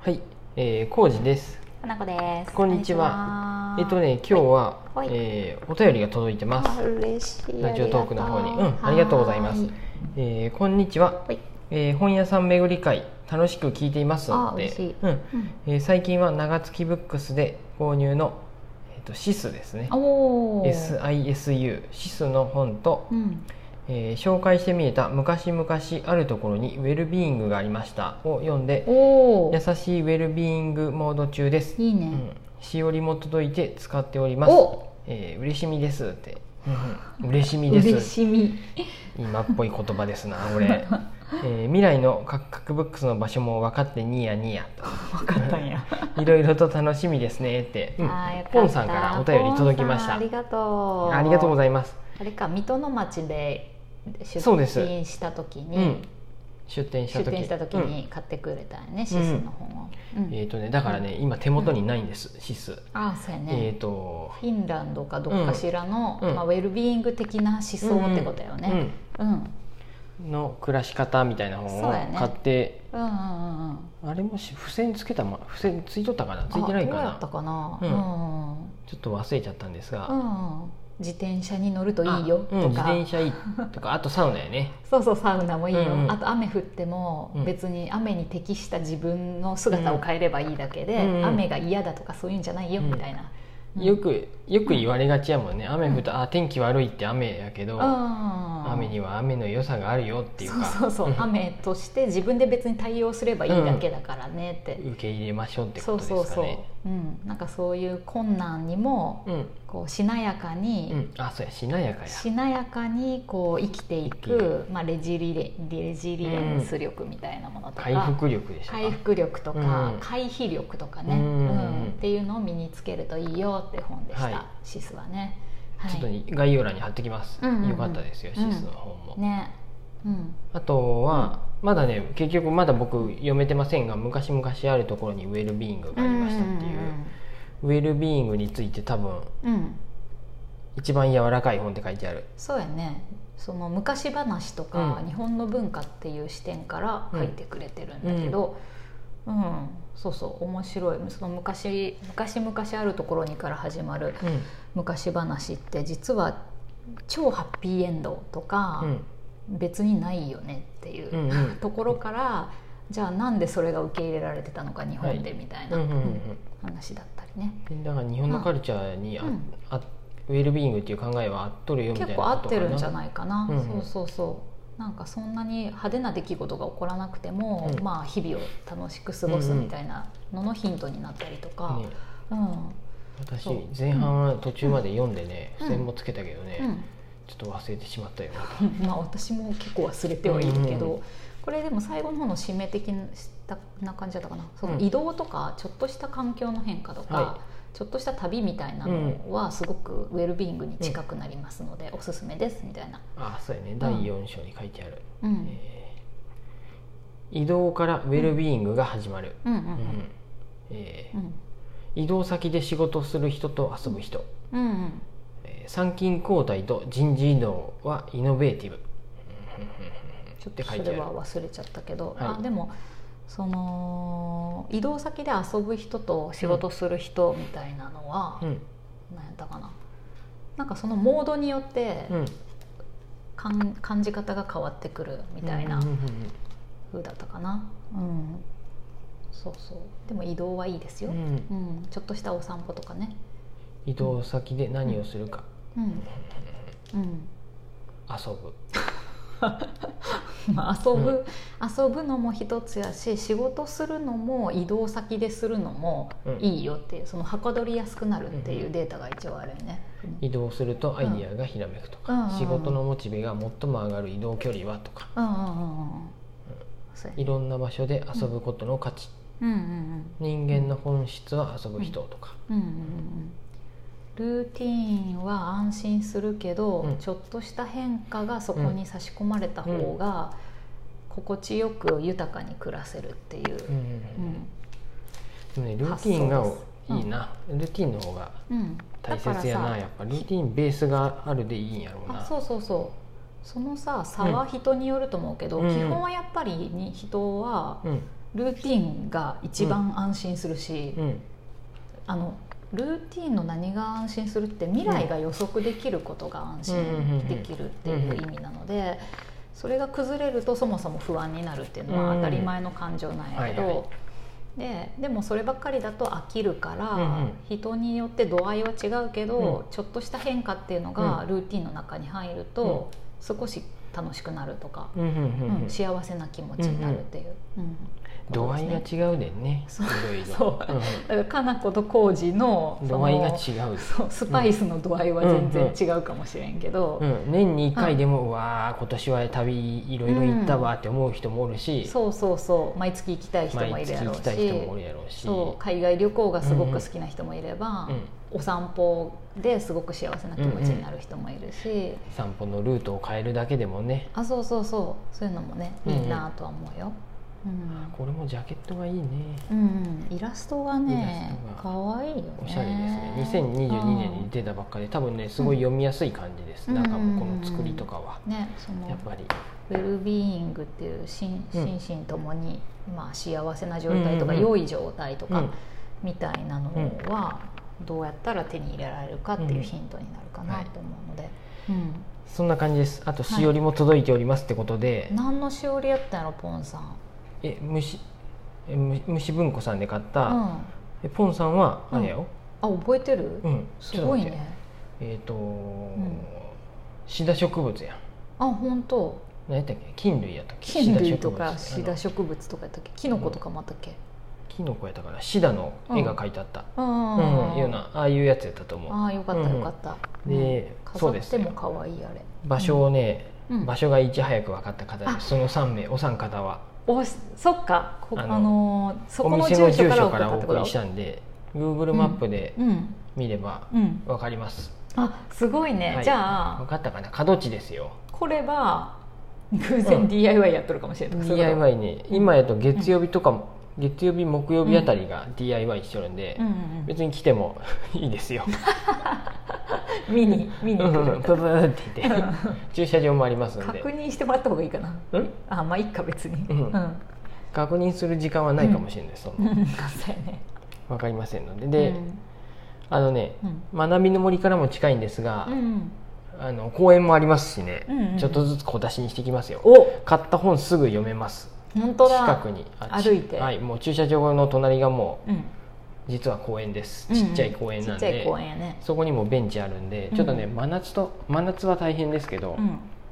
はい、コウジです。 花子です。 こんにちは。今日は、 はいお便りが届いてます。 嬉しい。 ラジオトークの方に、ありがとうございます。こんにちは。 はい。 本屋さん巡り会楽しく聞いていますって。 嬉しい。 最近は長月ブックスで購入のシスですね。SISU シスの本と。紹介してみえた昔々あるところにウェルビーイングがありましたを読んで、優しいウェルビーイングモード中です。 いいね。 しおりも届いて使っております。嬉しみですって。嬉しみです。 嬉しみ。 今っぽい言葉ですなこれ。未来のカクカクブックスの場所も分かってニヤニヤと。 分かったんや。 いろいろと楽しみですねって、ポンさんからお便り届きました。 ありがとう。 ありがとうございます。 あれか、水戸の町で出店した時に、出店した時に買ってくれたよね、シスの本を。 だからね、今手元にないんです、シス。 ああ、そうやね。フィンランドかどっかしらのウェルビーイング的な思想ってことよね。 の暮らし方みたいな本を買って、 あれも付箋つけた付箋ついとったかな、ついてないかな。 どうやったかな。 ちょっと忘れちゃったんですが。 自転車に乗るといいよとか、 自転車いいとか、あとサウナやね。 そうそう、サウナもいいよ。あと雨降っても別に雨に適した自分の姿を変えればいいだけで、雨が嫌だとかそういうんじゃないよみたいな。 よく言われがちやもんね。雨降った天気悪いって雨やけど、雨には雨の良さがあるよっていうか、 そう雨として自分で別に対応すればいいだけだからねって、 受け入れましょうってことですかね。 なんかそういう困難にもこうしなやかに、 そうや、しなやかや、 しなやかにこう生きていく、レジリエンス力みたいなものとか、 回復力でしたか、 回復力とか、回避力とかね、っていうのを身につけるといいよって本でした、シスはね。 ちょっと概要欄に貼ってきます。よかったですよ、シスの本もね。あとはまだね、結局まだ僕読めてませんが、昔々あるところにウェルビーイングがありましたっていう、ウェルビーイングについて多分一番柔らかい本って書いてある。 そうやね。その昔話とか日本の文化っていう視点から書いてくれてるんだけど、そうそう面白い。その昔々あるところにから始まる昔話って実は超ハッピーエンドとか別にないよねっていうところから、じゃあなんでそれが受け入れられてたのか日本でみたいな話だったりね。 だから日本のカルチャーにウェルビーイングっていう考えは合っとるよみたいなことかな。 結構合ってるんじゃないかな。そうなんかそんなに派手な出来事が起こらなくても、日々を楽しく過ごすみたいなののヒントになったりとか。 私前半は途中まで読んでね、付箋もつけたけどね、ちょっと忘れてしまったよ。 私も結構忘れてはいるけど、これでも最後の方の締め的な感じだったかな。その移動とかちょっとした環境の変化とか、ちょっとした旅みたいなのはすごくウェルビーイングに近くなりますので、おすすめですみたいな。 そうやね、第4章に書いてある。移動からウェルビーイングが始まる。移動先で仕事をする人と遊ぶ人、参勤交代と人事異動はイノベーティブ。 ちょっとそれは忘れちゃったけど、でもその移動先で遊ぶ人と仕事する人みたいなのは、何やったかな、なんかそのモードによって感じ方が変わってくるみたいな風だったかな。そうでも移動はいいですよ。ちょっとしたお散歩とかね。 移動先で何をするか、遊ぶ遊ぶのも一つやし、仕事するのも移動先でするのもいいよっていう、そのはかどりやすくなるっていうデータが一応あるよね。 移動するとアイディアがひらめくとか、仕事のモチベが最も上がる移動距離はとか、いろんな場所で遊ぶことの価値、人間の本質は遊ぶ人とか、 ルーティーンは安心するけど、ちょっとした変化がそこに差し込まれた方が心地よく豊かに暮らせるっていう。 でもね、ルーティーンがいいな。ルーティーンの方が大切やな。やっぱルーティーンベースがあるでいいんやろうな。その差は人によると思うけど、基本はやっぱり人はルーティンが一番安心するし、ルーティンの何が安心するって未来が予測できることが安心できるっていう意味なので、それが崩れるとそもそも不安になるっていうのは当たり前の感情なんやけど、でもそればっかりだと飽きるから、人によって度合いは違うけど、ちょっとした変化っていうのがルーティンの中に入ると少し楽しくなるとか、幸せな気持ちになるっていう、 度合いが違うでね。 そうだからかなこと浩二の度合いが違う。 スパイスの度合いは全然違うかもしれんけど、 年に1回でもうわー今年は旅いろいろ行ったわって思う人もおるし、 そう毎月行きたい人もいるやろうし、海外旅行がすごく好きな人もいれば、お散歩ですごく幸せな気持ちになる人もいるし、 散歩のルートを変えるだけでもね、 そういうのもねいいなとは思うよ。 これもジャケットがいいね。 イラストがね可愛いよね。 おしゃれですね。2022年に出たばっかりで、多分ねすごい読みやすい感じです。中もこの作りとかはね、そのやっぱりウェルビーイングっていう心身ともに幸せな状態とか良い状態とかみたいなのはどうやったら手に入れられるかっていうヒントになるかなと思うので、 そんな感じです。あとしおりも届いておりますってことで、 何のしおりやったんやろポンさん。 虫文庫さんで買った、ポンさんはあれよ、 覚えてる、すごいね。 シダ植物やん。 本当。 何やったっけ、菌類やったっけ。 菌類とかシダ植物とかやったっけ、キノコとかもあったっけ。 キノコやったかな、シダの絵が描いてあった、いうな、ああいうやつやったと思う。 よかったよかった。 で、そうです。 飾っても可愛いあれ。 場所をね、場所がいち早く分かった方です。その3名、お三方は。 そっか、そこの住所からお送りしたんで、Google マップで見れば分かります。 すごいね。じゃあ分かったかな、角地ですよ。 これは偶然 DIY やっとるかもしれない。 DIY ね、今やと月曜日とか月曜日木曜日あたりが DIY してるんで、別に来てもいいですよ。 見に来るプブーって言って駐車場もありますんで確認してもらった方がいいかな。まあいいか別に、 確認する時間はないかもしれないです。分かりませんので、学びの森からも近いんですが、公園もありますしね、ちょっとずつ小出しにしてきますよ。買った本すぐ読めます。 本当だ。 近くに歩いて、 もう駐車場の隣がもう、実は公園です。ちっちゃい公園なんで、そこにもベンチあるんで、ちょっとね、真夏は大変ですけど、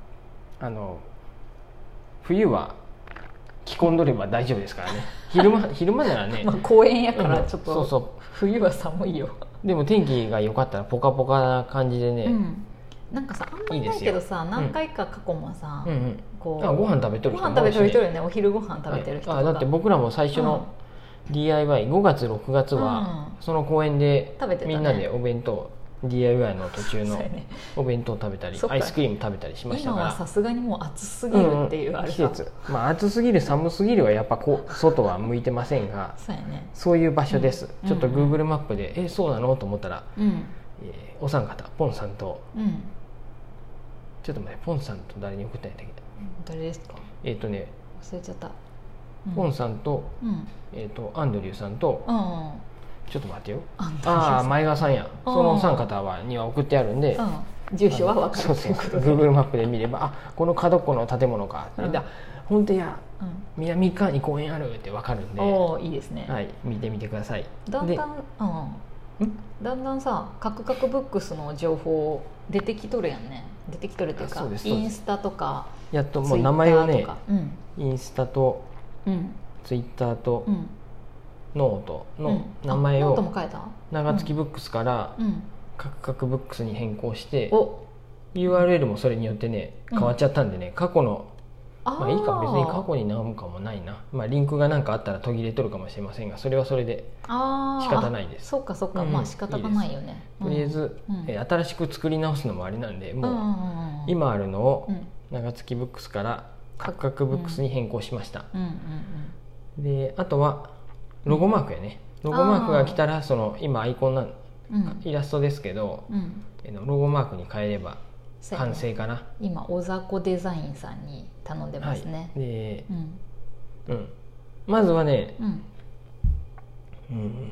冬は着込んどれば大丈夫ですからね。昼間ならね公園やからちょっと冬は寒いよ。 でも天気が良かったらポカポカな感じでね、 なんかさ、あんまりないけどさ、何回か過去もさ、 ご飯食べとる人もいるよね。お昼ご飯食べてる人とか。 だって僕らも最初の DIY5 月6月はその公園でみんなでお弁当、DIY の途中のお弁当食べたり、アイスクリーム食べたりしましたから。 今はさすがにもう暑すぎるっていうあれ季節、暑すぎる寒すぎるはやっぱ外は向いてませんが、そういう場所です。ちょっと Google マップでそうなのと思ったら、お三方、ポンさんと、ちょっと待って、ポンさんと誰に送ったんやったっけ。 誰ですか。 忘れちゃった。 ポンさんと、アンドリューさんと、ちょっと待ってよ。前川さんや。そのお三方には送ってあるんで、 住所は分かる。 Google マップで見れば、この角っこの建物か。本当や、南側に公園あるって分かるんで、 いいですね。 見てみてください。 だんだんさ、カクカクブックスの情報出てきとるやんね。出てきとるっていうか、インスタとかやっともう名前をね、インスタとツイッターとノートの名前を長月ブックスからカクカクブックスに変更して、URL もそれによってね変わっちゃったんでね、過去のいいか、別に過去になんかもないな、リンクが何かあったら途切れとるかもしれませんが、それはそれで仕方ないです。 そうかそうか、仕方がないよね。 とりあえず新しく作り直すのもあれなんで、もう今あるのを長月ブックスからカクカクブックスに変更しました。で、あとはロゴマークやね。ロゴマークが来たら、その今アイコンなんイラストですけど、ロゴマークに変えれば完成かな。 今小雑魚デザインさんに頼んでますね。 まずはね、 うん、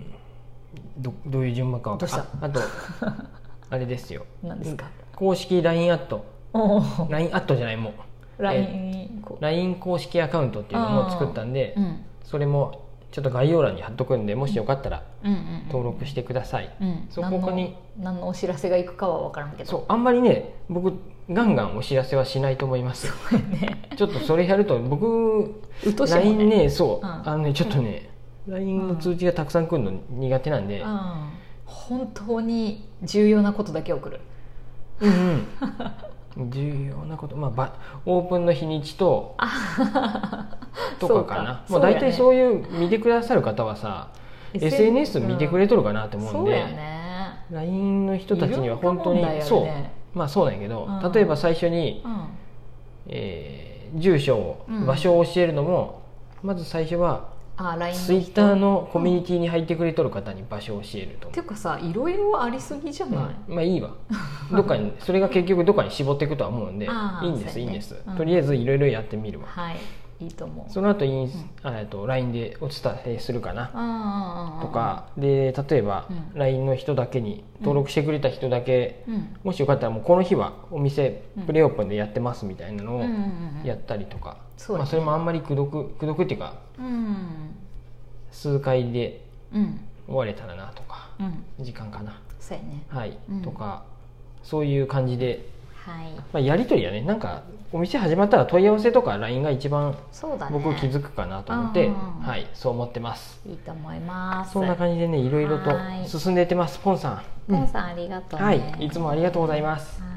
どういう順番か分かんない。あとあれですよ。 何ですか？ 公式 LINE アット。LINE アットじゃないもう。LINE 公式アカウントっていうのも作ったんで、それもちょっと概要欄に貼っとくんで、もしよかったら登録してください。そこに何のお知らせがいくかは分からんけど、 そうあんまりね僕ガンガンお知らせはしないと思います。そうね、ちょっとそれやると僕 LINE ね、そうねちょっとね LINE の通知がたくさん来るの苦手なんで、 本当に重要なことだけ送る。 重要なこと、オープンの日にちとかかな。もう大体そういう見てくださる方はさ、SNS 見てくれとるかなって思うんで、LINE の人たちには本当にそうなんやけど、例えば最初に住所場所を教えるのも、まず最初はツイッターのコミュニティに入ってくれとる方に場所を教えると。 っていうかさ、いろいろありすぎじゃない？ まあいいわ。どっかにそれが結局どっかに絞っていくとは思うんで、いいんです、いいんです。とりあえずいろいろやってみるわ。 はい、いいと思う。 その後LINE でお伝えするかなとかで、例えば LINE の人だけに登録してくれた人だけ、もしよかったらもうこの日はお店プレオープンでやってますみたいなのをやったりとか、それもあんまりくどくっていうか、数回で終われたらなとか、時間かな、 そうやね、 はいとか、そういう感じで、やり取りはね、なんかお店始まったら問い合わせとか LINE が一番僕気づくかなと思って、そう思ってます。 いいと思います。 そんな感じでね、いろいろと進んでいってます。ポンさん、 ありがとうね。 いつもありがとうございます。